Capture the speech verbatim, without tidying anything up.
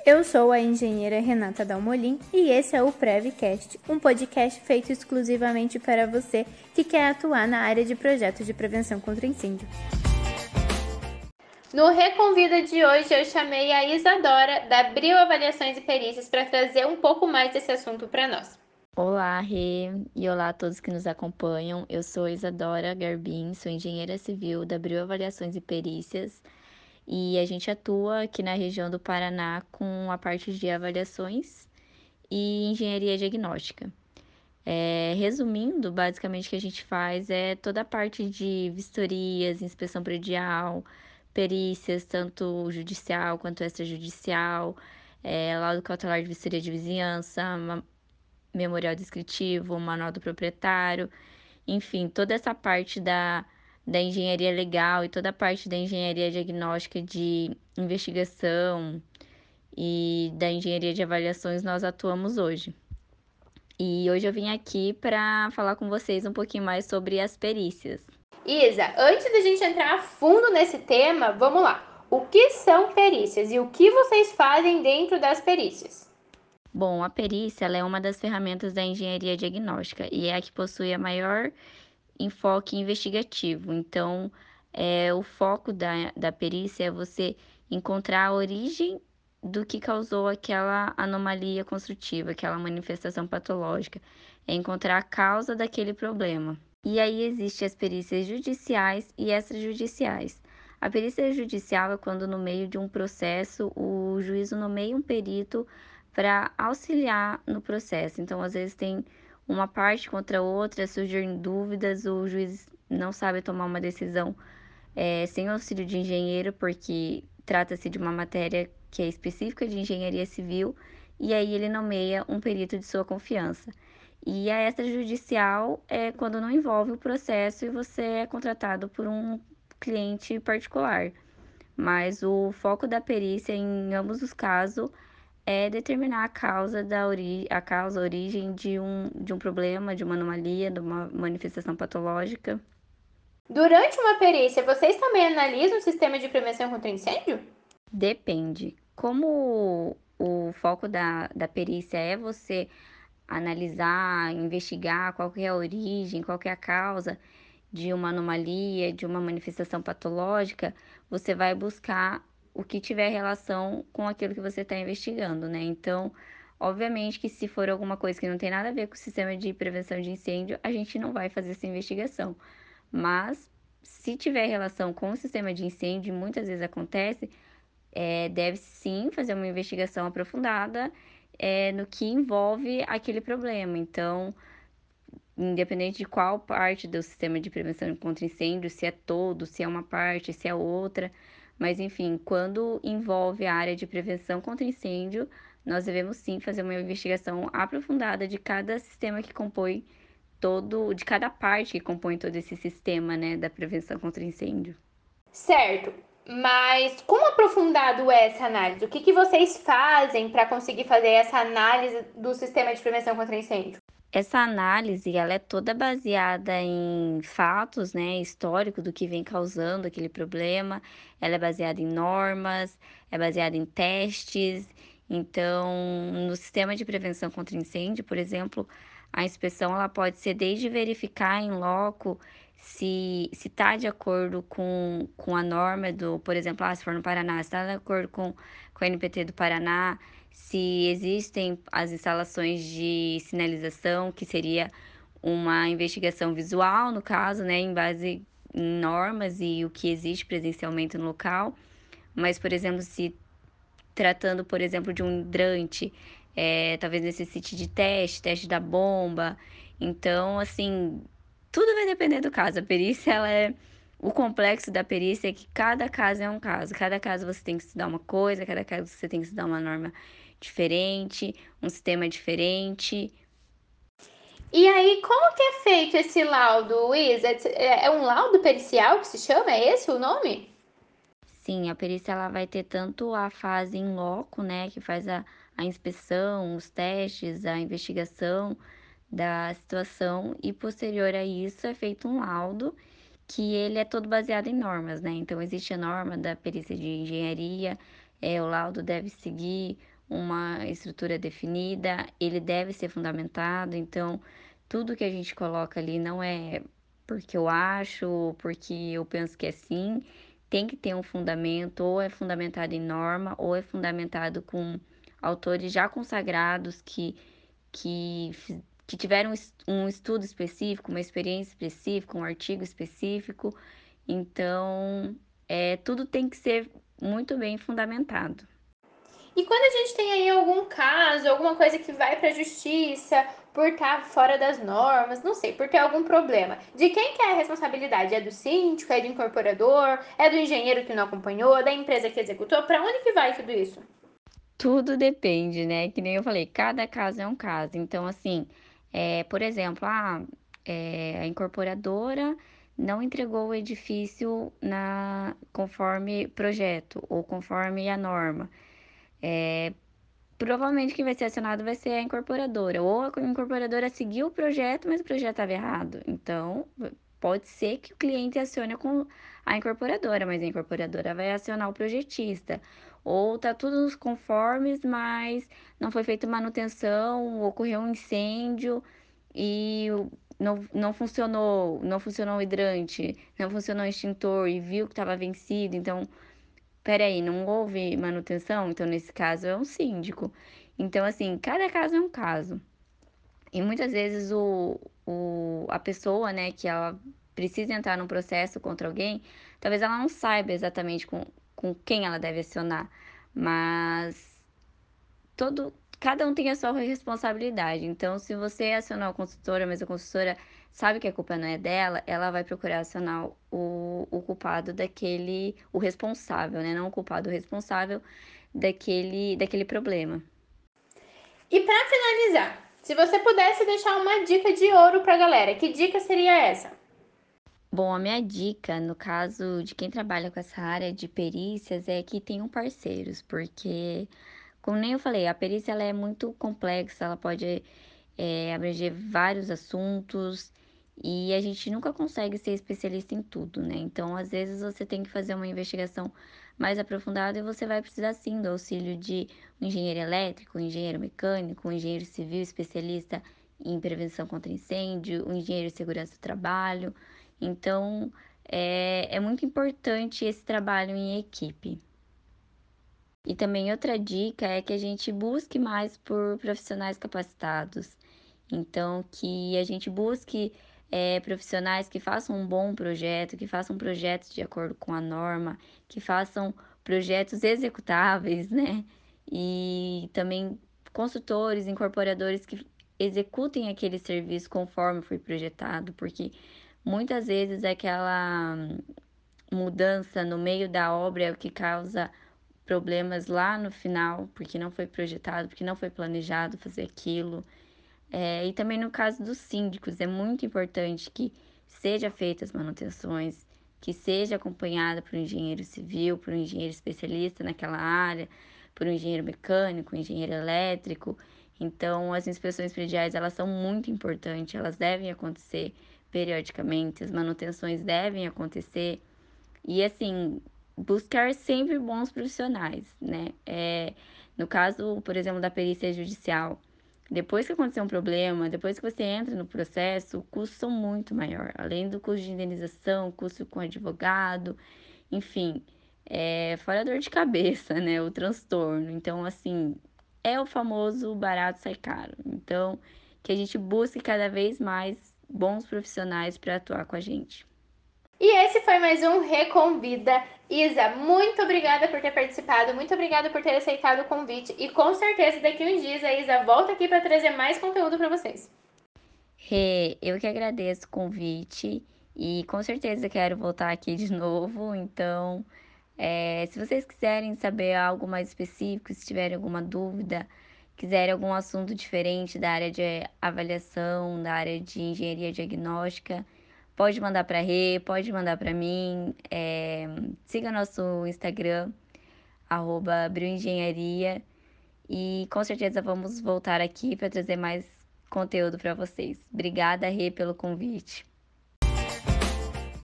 Eu sou a engenheira Renata Dalmolin e esse é o PrevCast, um podcast feito exclusivamente para você que quer atuar na área de projetos de prevenção contra incêndio. No Reconvida de hoje eu chamei a Isadora da Brio Avaliações e Perícias para trazer um pouco mais desse assunto para nós. Olá, Rê, e olá a todos que nos acompanham. Eu sou Isadora Garbim, sou engenheira civil da Brio Avaliações e Perícias e a gente atua aqui na região do Paraná com a parte de avaliações e engenharia diagnóstica. É, resumindo, basicamente o que a gente faz é toda a parte de vistorias, inspeção predial, perícias, tanto judicial quanto extrajudicial, é, laudo cautelar de vistoria de vizinhança, memorial descritivo, manual do proprietário, enfim, toda essa parte da, da engenharia legal e toda a parte da engenharia diagnóstica de investigação e da engenharia de avaliações nós atuamos hoje. E hoje eu vim aqui para falar com vocês um pouquinho mais sobre as perícias. Isa, antes da gente entrar a fundo nesse tema, vamos lá. O que são perícias e o que vocês fazem dentro das perícias? Bom, a perícia ela é uma das ferramentas da engenharia diagnóstica e é a que possui a maior enfoque investigativo. Então, é, o foco da, da perícia é você encontrar a origem do que causou aquela anomalia construtiva, aquela manifestação patológica, é encontrar a causa daquele problema. E aí existem as perícias judiciais e extrajudiciais. A perícia judicial é quando, no meio de um processo, o juízo nomeia um perito para auxiliar no processo. Então, às vezes, tem uma parte contra outra, surgem dúvidas, o juiz não sabe tomar uma decisão é, sem auxílio de engenheiro, porque trata-se de uma matéria que é específica de engenharia civil, e aí ele nomeia um perito de sua confiança. E a extrajudicial é quando não envolve o processo e você é contratado por um cliente particular. Mas o foco da perícia, em ambos os casos, é determinar a causa da ori a causa, a origem de um, de um problema, de uma anomalia, de uma manifestação patológica. Durante uma perícia, vocês também analisam o sistema de prevenção contra incêndio? Depende. Como o foco da, da perícia é você analisar, investigar qual que é a origem, qual que é a causa de uma anomalia, de uma manifestação patológica, você vai buscar o que tiver relação com aquilo que você está investigando, né? Então, obviamente que se for alguma coisa que não tem nada a ver com o sistema de prevenção de incêndio, a gente não vai fazer essa investigação. Mas, se tiver relação com o sistema de incêndio, muitas vezes acontece, é, deve sim fazer uma investigação aprofundada é, no que envolve aquele problema. Então, independente de qual parte do sistema de prevenção contra incêndio, se é todo, se é uma parte, se é outra, mas enfim, quando envolve a área de prevenção contra incêndio, nós devemos sim fazer uma investigação aprofundada de cada sistema que compõe todo, de cada parte que compõe todo esse sistema, né, da prevenção contra incêndio. Certo, mas como aprofundado é essa análise? O que, que vocês fazem para conseguir fazer essa análise do sistema de prevenção contra incêndio? Essa análise, ela é toda baseada em fatos, né, histórico do que vem causando aquele problema. Ela é baseada em normas, é baseada em testes. Então, no sistema de prevenção contra incêndio, por exemplo, a inspeção ela pode ser desde verificar em loco se se está de acordo com, com a norma do, por exemplo, ah, se for no Paraná, se está de acordo com, com a N P T do Paraná, se existem as instalações de sinalização, que seria uma investigação visual, no caso, né, em base em normas e o que existe presencialmente no local. Mas, por exemplo, se tratando, por exemplo, de um hidrante, é, talvez necessite de teste, teste da bomba. Então, assim, tudo vai depender do caso. A perícia, ela é... O complexo da perícia é que cada caso é um caso. Cada caso você tem que estudar uma coisa, cada caso você tem que estudar uma norma diferente, um sistema diferente. E aí, como que é feito esse laudo, Isa? É é um laudo pericial que se chama? É esse o nome? Sim, a perícia ela vai ter tanto a fase em loco, né, que faz a, a inspeção, os testes, a investigação da situação, e posterior a isso é feito um laudo que ele é todo baseado em normas, né? Então existe a norma da perícia de engenharia, é, o laudo deve seguir uma estrutura definida, ele deve ser fundamentado, então tudo que a gente coloca ali não é porque eu acho, ou porque eu penso que é assim, tem que ter um fundamento, ou é fundamentado em norma, ou é fundamentado com autores já consagrados que, que, fi- que tiveram es- um estudo específico, uma experiência específica, um artigo específico. Então, é, tudo tem que ser muito bem fundamentado. E quando a gente tem aí algum caso, alguma coisa que vai para a justiça por estar fora das normas, não sei, por ter algum problema, de quem que é a responsabilidade? É do síndico, é do incorporador, é do engenheiro que não acompanhou, da empresa que executou? Para onde que vai tudo isso? Tudo depende, né? Que nem eu falei, cada caso é um caso. Então, assim, é, por exemplo, ah, é, a incorporadora não entregou o edifício na, conforme projeto ou conforme a norma. Provavelmente quem vai ser acionado vai ser a incorporadora. Ou a incorporadora seguiu o projeto, mas o projeto estava errado. Então, pode ser que o cliente acione com a incorporadora, mas a incorporadora vai acionar o projetista. Ou tá tudo nos conformes, mas não foi feita manutenção, ocorreu um incêndio e não, não funcionou, não funcionou o hidrante, não funcionou o extintor e viu que estava vencido. Então, peraí, não houve manutenção? Então, nesse caso, é um síndico. Então, assim, cada caso é um caso. E muitas vezes o, o, a pessoa, né, que ela precisa entrar num processo contra alguém, talvez ela não saiba exatamente com, com quem ela deve acionar. Mas todo, cada um tem a sua responsabilidade. Então, se você acionar a consultora, mas a consultora sabe que a culpa não é dela, ela vai procurar acionar o, o culpado daquele, o responsável, né? Não o culpado, o responsável daquele, daquele problema. E para finalizar, se você pudesse deixar uma dica de ouro para a galera, que dica seria essa? Bom, a minha dica, no caso de quem trabalha com essa área de perícias, é que tenham parceiros, porque, como nem eu falei, a perícia ela é muito complexa, ela pode é, abranger vários assuntos e a gente nunca consegue ser especialista em tudo, né? Então, às vezes, você tem que fazer uma investigação mais aprofundada e você vai precisar sim do auxílio de um engenheiro elétrico, um engenheiro mecânico, um engenheiro civil especialista em prevenção contra incêndio, um engenheiro de segurança do trabalho. Então, é, é muito importante esse trabalho em equipe. E também outra dica é que a gente busque mais por profissionais capacitados. Então, que a gente busque eh, profissionais que façam um bom projeto, que façam projetos de acordo com a norma, que façam projetos executáveis, né? E também consultores, incorporadores que executem aquele serviço conforme foi projetado, porque muitas vezes aquela mudança no meio da obra é o que causa problemas lá no final, porque não foi projetado, porque não foi planejado fazer aquilo. É, e também no caso dos síndicos, é muito importante que seja feitas as manutenções, que seja acompanhada por um engenheiro civil, por um engenheiro especialista naquela área, por um engenheiro mecânico, um engenheiro elétrico. Então, as inspeções prediais, elas são muito importantes, elas devem acontecer periodicamente, as manutenções devem acontecer. E assim, buscar sempre bons profissionais, né? É, no caso, por exemplo, da perícia judicial, depois que acontecer um problema, depois que você entra no processo, os custos são muito maior. Além do custo de indenização, custo com advogado, enfim, é, fora a dor de cabeça, né? O transtorno. Então, assim, é o famoso barato sai caro. Então, que a gente busque cada vez mais bons profissionais para atuar com a gente. E esse foi mais um Reconvida. Isa, muito obrigada por ter participado, muito obrigada por ter aceitado o convite e com certeza daqui uns dias a Isa volta aqui para trazer mais conteúdo para vocês. Rê, eu que agradeço o convite e com certeza quero voltar aqui de novo. Então, é, se vocês quiserem saber algo mais específico, se tiverem alguma dúvida, quiserem algum assunto diferente da área de avaliação, da área de engenharia diagnóstica, pode mandar para Rê, pode mandar para mim. É, siga nosso Instagram, arroba Brioengenharia, e com certeza vamos voltar aqui para trazer mais conteúdo para vocês. Obrigada, Rê, pelo convite.